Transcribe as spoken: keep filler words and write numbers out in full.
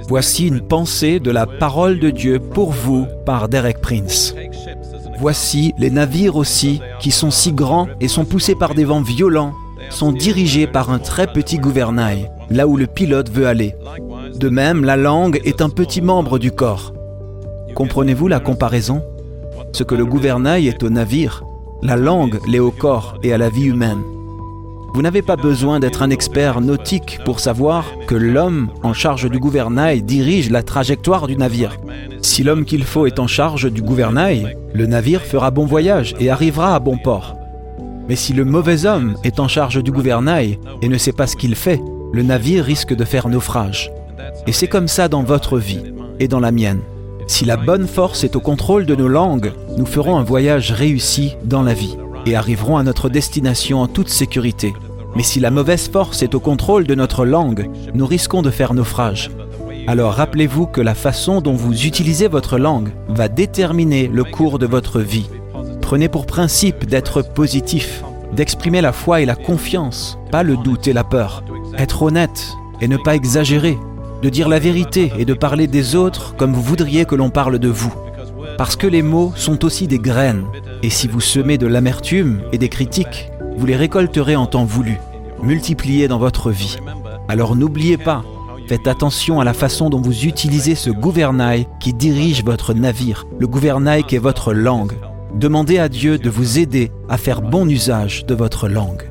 Voici une pensée de la parole de Dieu pour vous par Derek Prince. Voici les navires aussi, qui sont si grands et sont poussés par des vents violents, sont dirigés par un très petit gouvernail, là où le pilote veut aller. De même, la langue est un petit membre du corps. Comprenez-vous la comparaison? Ce que le gouvernail est au navire, la langue l'est au corps et à la vie humaine. Vous n'avez pas besoin d'être un expert nautique pour savoir que l'homme en charge du gouvernail dirige la trajectoire du navire. Si l'homme qu'il faut est en charge du gouvernail, le navire fera bon voyage et arrivera à bon port. Mais si le mauvais homme est en charge du gouvernail et ne sait pas ce qu'il fait, le navire risque de faire naufrage. Et c'est comme ça dans votre vie et dans la mienne. Si la bonne force est au contrôle de nos langues, nous ferons un voyage réussi dans la vie et arriverons à notre destination en toute sécurité. Mais si la mauvaise force est au contrôle de notre langue, nous risquons de faire naufrage. Alors rappelez-vous que la façon dont vous utilisez votre langue va déterminer le cours de votre vie. Prenez pour principe d'être positif, d'exprimer la foi et la confiance, pas le doute et la peur. Être honnête et ne pas exagérer, de dire la vérité et de parler des autres comme vous voudriez que l'on parle de vous. Parce que les mots sont aussi des graines, et si vous semez de l'amertume et des critiques, vous les récolterez en temps voulu, multipliés dans votre vie. Alors n'oubliez pas, faites attention à la façon dont vous utilisez ce gouvernail qui dirige votre navire, le gouvernail qui est votre langue. Demandez à Dieu de vous aider à faire bon usage de votre langue.